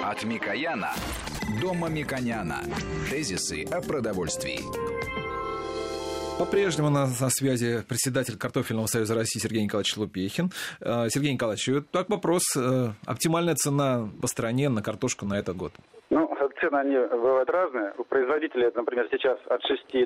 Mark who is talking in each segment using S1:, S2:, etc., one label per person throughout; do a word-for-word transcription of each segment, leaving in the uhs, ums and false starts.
S1: От Микояна до Мамиконяна. Тезисы о продовольствии.
S2: По-прежнему на, на связи председатель Картофельного союза России Сергей Николаевич Лупехин. Сергей Николаевич, так вопрос. Оптимальная цена по стране на картошку на этот год?
S3: Ну, цены, они бывают разные. У производителей, например, сейчас от шести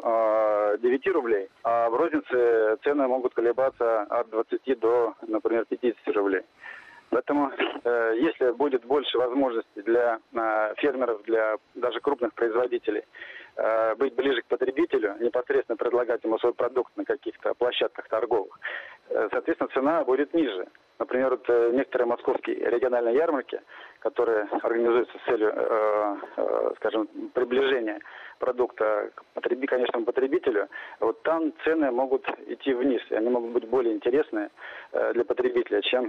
S3: до девяти рублей, а в рознице цены могут колебаться от двадцати до, например, пятидесяти рублей. Поэтому, э, если будет больше возможностей для э, фермеров, для даже крупных производителей, э, быть ближе к потребителю, непосредственно предлагать ему свой продукт на каких-то площадках торговых, э, соответственно, цена будет ниже. Например, вот, э, некоторые московские региональные ярмарки, которые организуются с целью, э, э, скажем, приближения продукта к потребителю, конечному потребителю, вот там цены могут идти вниз, и они могут быть более интересные э, для потребителя, чем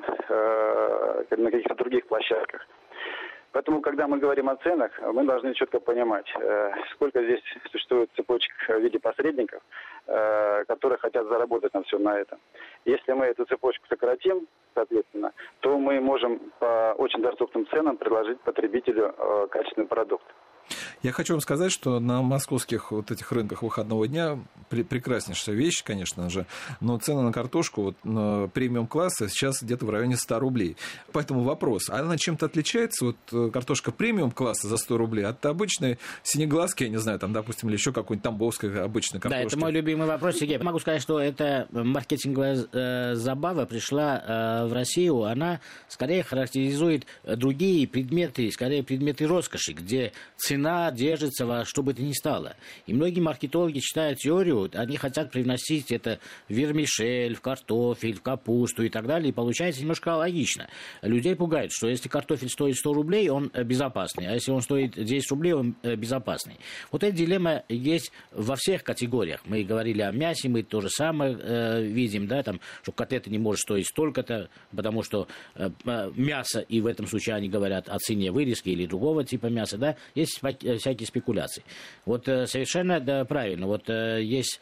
S3: э, на каких-то других площадках. Поэтому, когда мы говорим о ценах, мы должны четко понимать, э, сколько здесь существует цепочек в виде посредников, э, которые хотят заработать на всем на этом. Если мы эту цепочку сократим, соответственно, то мы можем по очень доступным ценам предложить потребителю э, качественный продукт.
S2: Я хочу вам сказать, что на московских вот этих рынках выходного дня при, прекраснейшая вещь, конечно же, но цены на картошку вот, на премиум-класса сейчас где-то в районе ста рублей. Поэтому вопрос, а она чем-то отличается, вот картошка премиум-класса за сто рублей от обычной синеглазки, я не знаю, там, допустим, или еще какой-нибудь тамбовской обычной картошки?
S4: Да, это мой любимый вопрос, Сергей. Могу сказать, что эта маркетинговая э, забава пришла э, в Россию, она скорее характеризует другие предметы, скорее предметы роскоши, где цена держится во что бы то ни стало. И многие маркетологи читают теорию, они хотят привносить это в вермишель, в картофель, в капусту и так далее, и получается немножко логично. Людей пугает, что если картофель стоит сто рублей, он безопасный, а если он стоит десять рублей, он безопасный. Вот эта дилемма есть во всех категориях. Мы говорили о мясе, мы то же самое э, видим, да, там, что котлета не может стоить столько-то, потому что э, мясо, и в этом случае они говорят о цене вырезки или другого типа мяса, да, есть всякие спекуляции. Вот э, совершенно да, правильно. Вот э, есть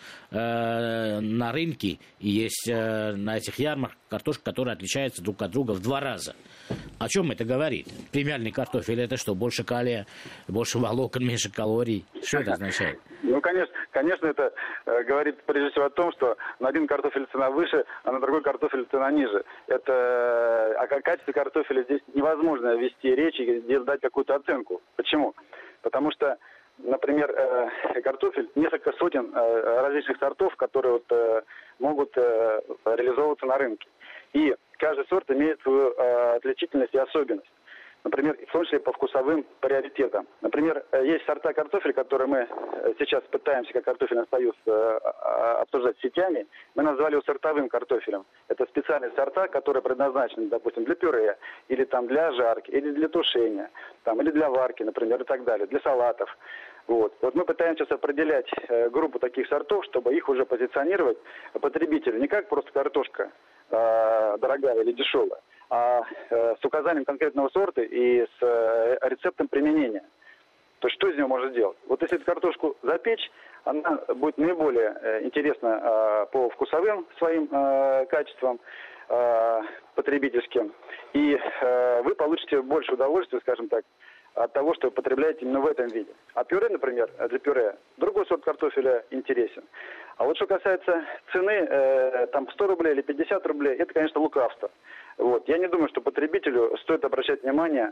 S4: э, на рынке и есть э, на этих ярмарках картошка, которая отличается друг от друга в два раза. О чем это говорит? Премиальный картофель — это что? Больше калия, больше волокон, меньше калорий? Что это означает?
S3: Ну, конечно, конечно, это э, говорит прежде всего о том, что на один картофель цена выше, а на другой картофель цена ниже. Это э, о качестве картофеля здесь невозможно вести речь и дать какую-то оценку. Почему? Потому что, например, э, картофель, несколько сотен э, различных сортов, которые вот, э, могут э, реализовываться на рынке. И каждый сорт имеет свою э, отличительность и особенность. Например, в том числе по вкусовым приоритетам. Например, есть сорта картофеля, которые мы сейчас пытаемся, как Картофельный союз, обсуждать с сетями. Мы назвали его сортовым картофелем. Это специальные сорта, которые предназначены, допустим, для пюре, или там для жарки, или для тушения, там, или для варки, например, и так далее, для салатов. Вот. Вот мы пытаемся определять группу таких сортов, чтобы их уже позиционировать потребителю не как просто картошка э, дорогая или дешевая, а э, с указанием конкретного сорта и с э, рецептом применения. То есть что из него можно сделать? Вот если эту картошку запечь, она будет наиболее э, интересна э, по вкусовым своим э, качествам э, потребительским. И э, вы получите больше удовольствия, скажем так, от того, что вы потребляете именно в этом виде. А пюре, например, для пюре, другой сорт картофеля интересен. А вот что касается цены, э, там сто рублей или пятьдесят рублей, это, конечно, лукавство. Вот. Я не думаю, что потребителю стоит обращать внимание,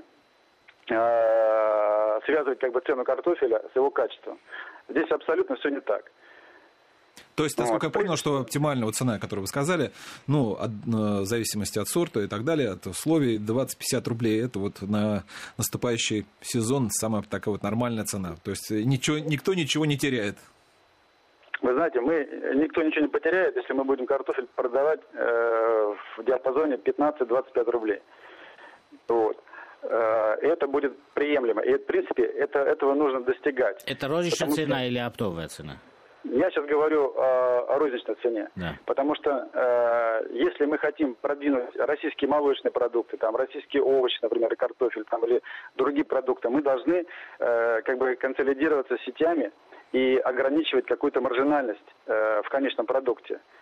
S3: э, связывать как бы цену картофеля с его качеством. Здесь абсолютно все не так.
S2: То есть, насколько вот, я понял, что оптимальная цена, которую вы сказали, ну, от, в зависимости от сорта и так далее, от условий, двадцать-пятьдесят рублей, это вот на наступающий сезон самая такая вот нормальная цена. То есть ничего, никто ничего не теряет.
S3: Вы знаете, мы, никто ничего не потеряет, если мы будем картофель продавать э, в диапазоне пятнадцать-двадцать пять рублей. Вот. Э, это будет приемлемо. И, в принципе, это, этого нужно достигать.
S4: Это розничная цена что... или оптовая цена?
S3: Я сейчас говорю о, о розничной цене, да. Потому что э, если мы хотим продвинуть российские молочные продукты, там, российские овощи, например, картофель, там, или другие продукты, мы должны э, как бы консолидироваться с сетями и ограничивать какую-то маржинальность э, в конечном продукте.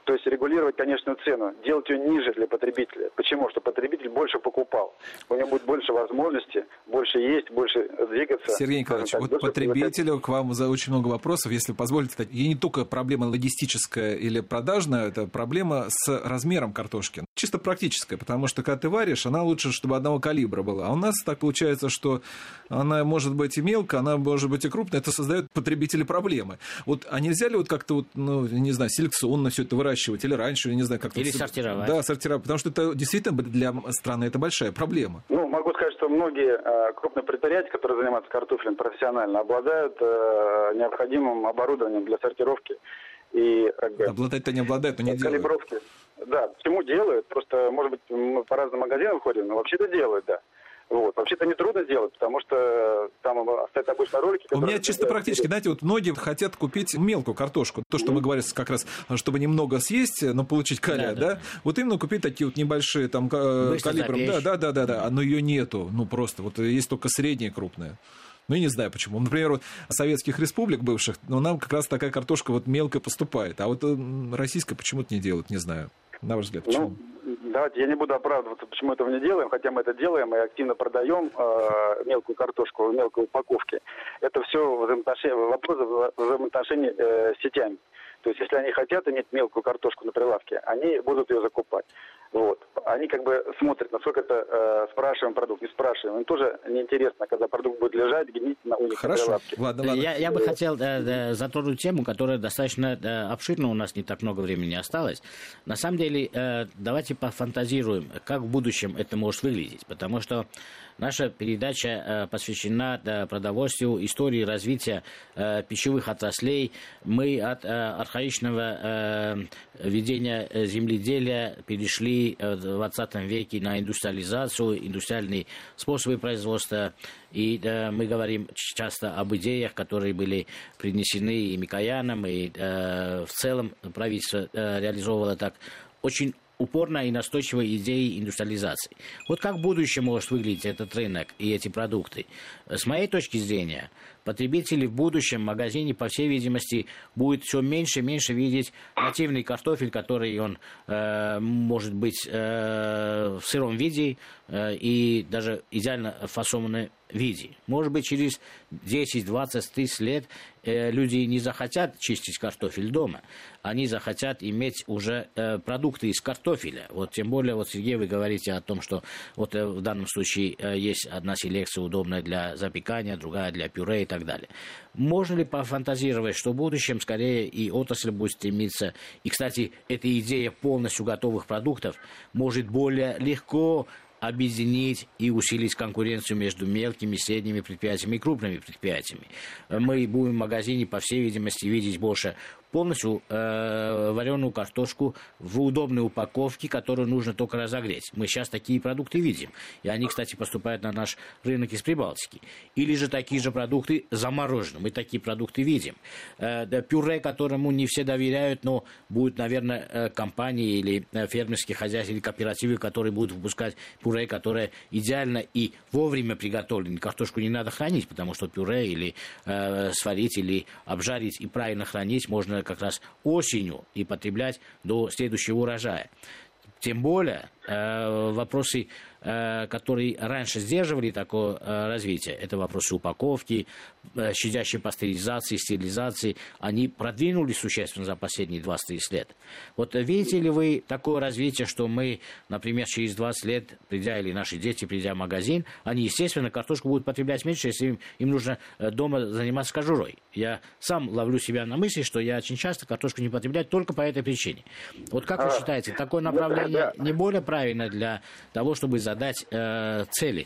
S3: То есть регулировать конечную цену, делать ее ниже для потребителя. Почему? Чтобы потребитель больше покупал. У него будет больше возможностей, больше есть, больше двигаться.
S2: Сергей Николаевич, так, вот потребителю привыкать. К вам за очень много вопросов, если позволите. И не только проблема логистическая или продажная, это проблема с размером картошки. Чисто практическая, потому что когда ты варишь, она лучше, чтобы одного калибра была. А у нас так получается, что она может быть и мелкая, она может быть и крупная. Это создает потребителю проблемы. Вот, а нельзя ли вот как-то, вот, ну, не знаю, селекционно все это выращивать, или раньше, не знаю, как-то...
S4: Или сортировать.
S2: Да, сортировать, потому что это действительно для страны это большая проблема.
S3: Ну, могу сказать, что многие э, крупные предприятия, которые занимаются картофелем профессионально, обладают э, необходимым оборудованием для сортировки и... Как бы,
S2: обладать-то не обладают, но не делают.
S3: Калибровки. Да, почему делают? Просто, может быть, мы по разным магазинам ходим, но вообще-то делают, да. Вот. Вообще-то не трудно делать, потому что там стоят обычно ролики.
S2: У меня чисто практически, знаете, вот многие хотят купить мелкую картошку. То, что mm-hmm. мы говорим как раз, чтобы немного съесть, но получить калия, да, да? да? Вот именно купить такие вот небольшие там калибром. Да, да, да, да, да. Но ее нету. Ну просто вот есть только средняя крупная. Ну, я не знаю почему. Например, вот советских республик бывших, ну, нам как раз такая картошка вот мелкая поступает. А вот российская почему-то не делают, не знаю. На ваш взгляд, почему?
S3: Ну, давайте, я не буду оправдываться, почему этого не делаем, хотя мы это делаем и активно продаем э, мелкую картошку в мелкой упаковке. Это все взаимоотношения, вопросы взаимоотношений э, с сетями. То есть, если они хотят иметь мелкую картошку на прилавке, они будут ее закупать. Вот. Они как бы смотрят, насколько это э, спрашиваем продукт, не спрашиваем. Им тоже неинтересно, когда продукт будет лежать, гнить на, у них
S2: Хорошо.
S3: на прилавке.
S2: Ладно, ладно.
S4: Я, я бы хотел э, затронуть тему, которая достаточно э, обширна, у нас не так много времени осталось. На самом деле, э, давайте пофантазируем, как в будущем это может выглядеть. Потому что наша передача э, посвящена э, продовольствию, истории развития э, пищевых отраслей. Мы от э, архаичного э, ведения земледелия перешли в двадцатом веке на индустриализацию, индустриальные способы производства. И э, мы говорим часто об идеях, которые были принесены и Микояном, и э, в целом правительство э, реализовывало так очень упорно и настойчиво идеи индустриализации. Вот как в будущем может выглядеть этот рынок и эти продукты? С моей точки зрения, потребители в будущем в магазине, по всей видимости, будет все меньше и меньше видеть нативный картофель, который он э, может быть э, в сыром виде э, и даже идеально фасованном виде. Может быть, через десять-двадцать тысяч лет э, люди не захотят чистить картофель дома. Они захотят иметь уже э, продукты из картофеля. Вот тем более, вот, Сергей, вы говорите о том, что вот э, в данном случае э, есть одна селекция удобная для запекания, другая для пюре и так далее. Можно ли пофантазировать, что в будущем скорее и отрасль будет стремиться, и, кстати, эта идея полностью готовых продуктов может более легко объединить и усилить конкуренцию между мелкими, средними предприятиями и крупными предприятиями. Мы будем в магазине, по всей видимости, видеть больше полностью э, вареную картошку в удобной упаковке, которую нужно только разогреть. Мы сейчас такие продукты видим. И они, кстати, поступают на наш рынок из Прибалтики. Или же такие же продукты замороженные. Мы такие продукты видим. Э, да, пюре, которому не все доверяют, но будут, наверное, э, компании или э, фермерские хозяйства или кооперативы, которые будут выпускать пюре, которое идеально и вовремя приготовлено. Картошку не надо хранить, потому что пюре или э, сварить, или обжарить и правильно хранить можно как раз осенью и потреблять до следующего урожая. Тем более э, вопросы, э, которые раньше сдерживали такое э, развитие, это вопросы упаковки, э, щадящей пастеризации, стерилизации, они продвинулись существенно за последние двадцать лет. Вот видите ли вы такое развитие, что мы, например, через двадцать лет, придя, или наши дети, придя в магазин, они, естественно, картошку будут потреблять меньше, если им, им нужно дома заниматься кожурой. Я сам ловлю себя на мысли, что я очень часто картошку не потребляю только по этой причине. Вот как вы считаете, такое направление не более правильно для того, чтобы задать э, цели?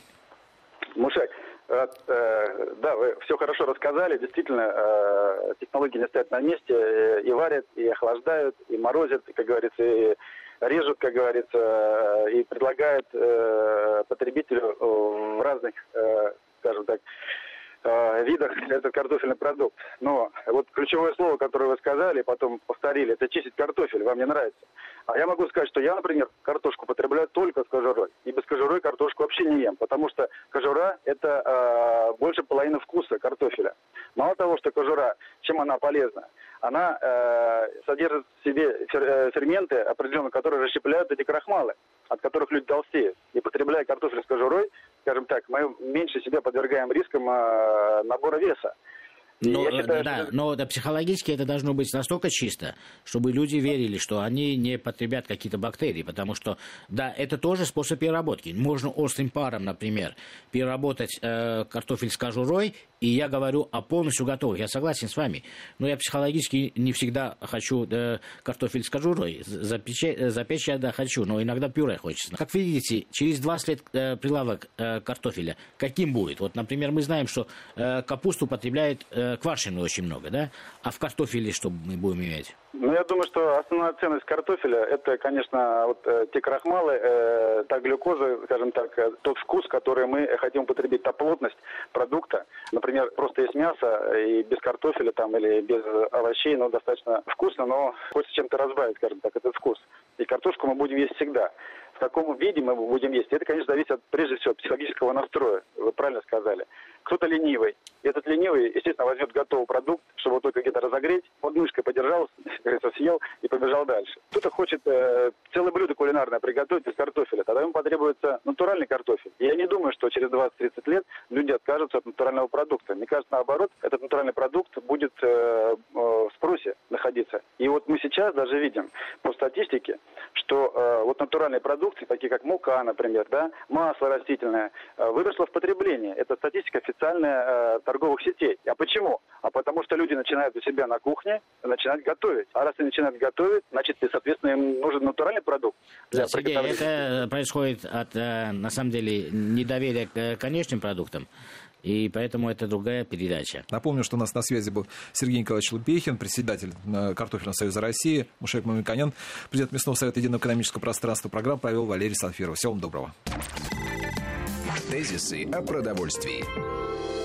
S3: Мушек, э, э, да, вы все хорошо рассказали. Действительно, э, технологии не стоят на месте. Э, и варят, и охлаждают, и морозят, и, как говорится, и режут, как говорится, э, и предлагают э, потребителю в разных, э, скажем так, э, видах этот картофельный продукт. Но вот ключевое слово, которое вы сказали, потом повторили, это чистить картофель, вам не нравится. А я могу сказать, что я, например, картошку потребляю только с кожурой. И без кожуры картошку вообще не ем, потому что кожура – это э, больше половины вкуса картофеля. Мало того, что кожура, чем она полезна, она э, содержит в себе фер, ферменты определенные, которые расщепляют эти крахмалы, от которых люди толстеют. И потребляя картофель с кожурой, скажем так, мы меньше себя подвергаем рискам э, набора веса.
S4: Но,
S3: считаю,
S4: да,
S3: что...
S4: но да, психологически это должно быть настолько чисто, чтобы люди верили, что они не потребят какие-то бактерии, потому что, да, это тоже способ переработки. Можно острым паром, например, переработать э, картофель с кожурой, и я говорю о полностью готовых. Я согласен с вами, но я психологически не всегда хочу э, картофель с кожурой. Запечь, запечь я, да, хочу, но иногда пюре хочется. Как вы видите, через двадцать лет э, прилавок э, картофеля каким будет? Вот, например, мы знаем, что э, капусту потребляет э, квашеную очень много, да? А в картофеле что мы будем иметь?
S3: Ну, я думаю, что основная ценность картофеля – это, конечно, вот э, те крахмалы, э, та глюкоза, скажем так, э, тот вкус, который мы хотим употребить, та плотность продукта. Например, просто есть мясо и без картофеля там или без овощей, но достаточно вкусно, но хочется чем-то разбавить, скажем так, этот вкус. И картошку мы будем есть всегда. В каком виде мы будем есть, это, конечно, зависит от, прежде всего, психологического настроя. Вы правильно сказали. Кто-то ленивый. И этот ленивый, естественно, возьмет готовый продукт, чтобы его только где-то разогреть, под мышкой подержал, как говорится, съел и побежал дальше. Кто-то хочет э, целое блюдо кулинарное приготовить из картофеля. Тогда ему потребуется натуральный картофель. И я не думаю, что через двадцать-тридцать лет люди откажутся от натурального продукта. Мне кажется, наоборот, этот натуральный продукт будет э, э, в спросе находиться. И вот мы сейчас даже видим по статистике, что э, вот натуральные продукты, такие как мука, например, да, масло растительное, э, выросло в потреблении. Это статистика официальная э, торговых сетей. А почему? А потому что люди начинают у себя на кухне начинать готовить. А раз они начинают готовить, значит, соответственно, им нужен натуральный продукт.
S4: Да, Сергей, это происходит от, на самом деле, недоверия к конечным продуктам. И поэтому это другая передача.
S2: Напомню, что у нас на связи был Сергей Николаевич Лупехин, председатель Картофельного союза России, Мушек Мамиканян, президент Местного совета Единого экономического пространства. Программу провел Валерий Санфиров. Всего вам доброго.
S1: Тезисы о продовольствии.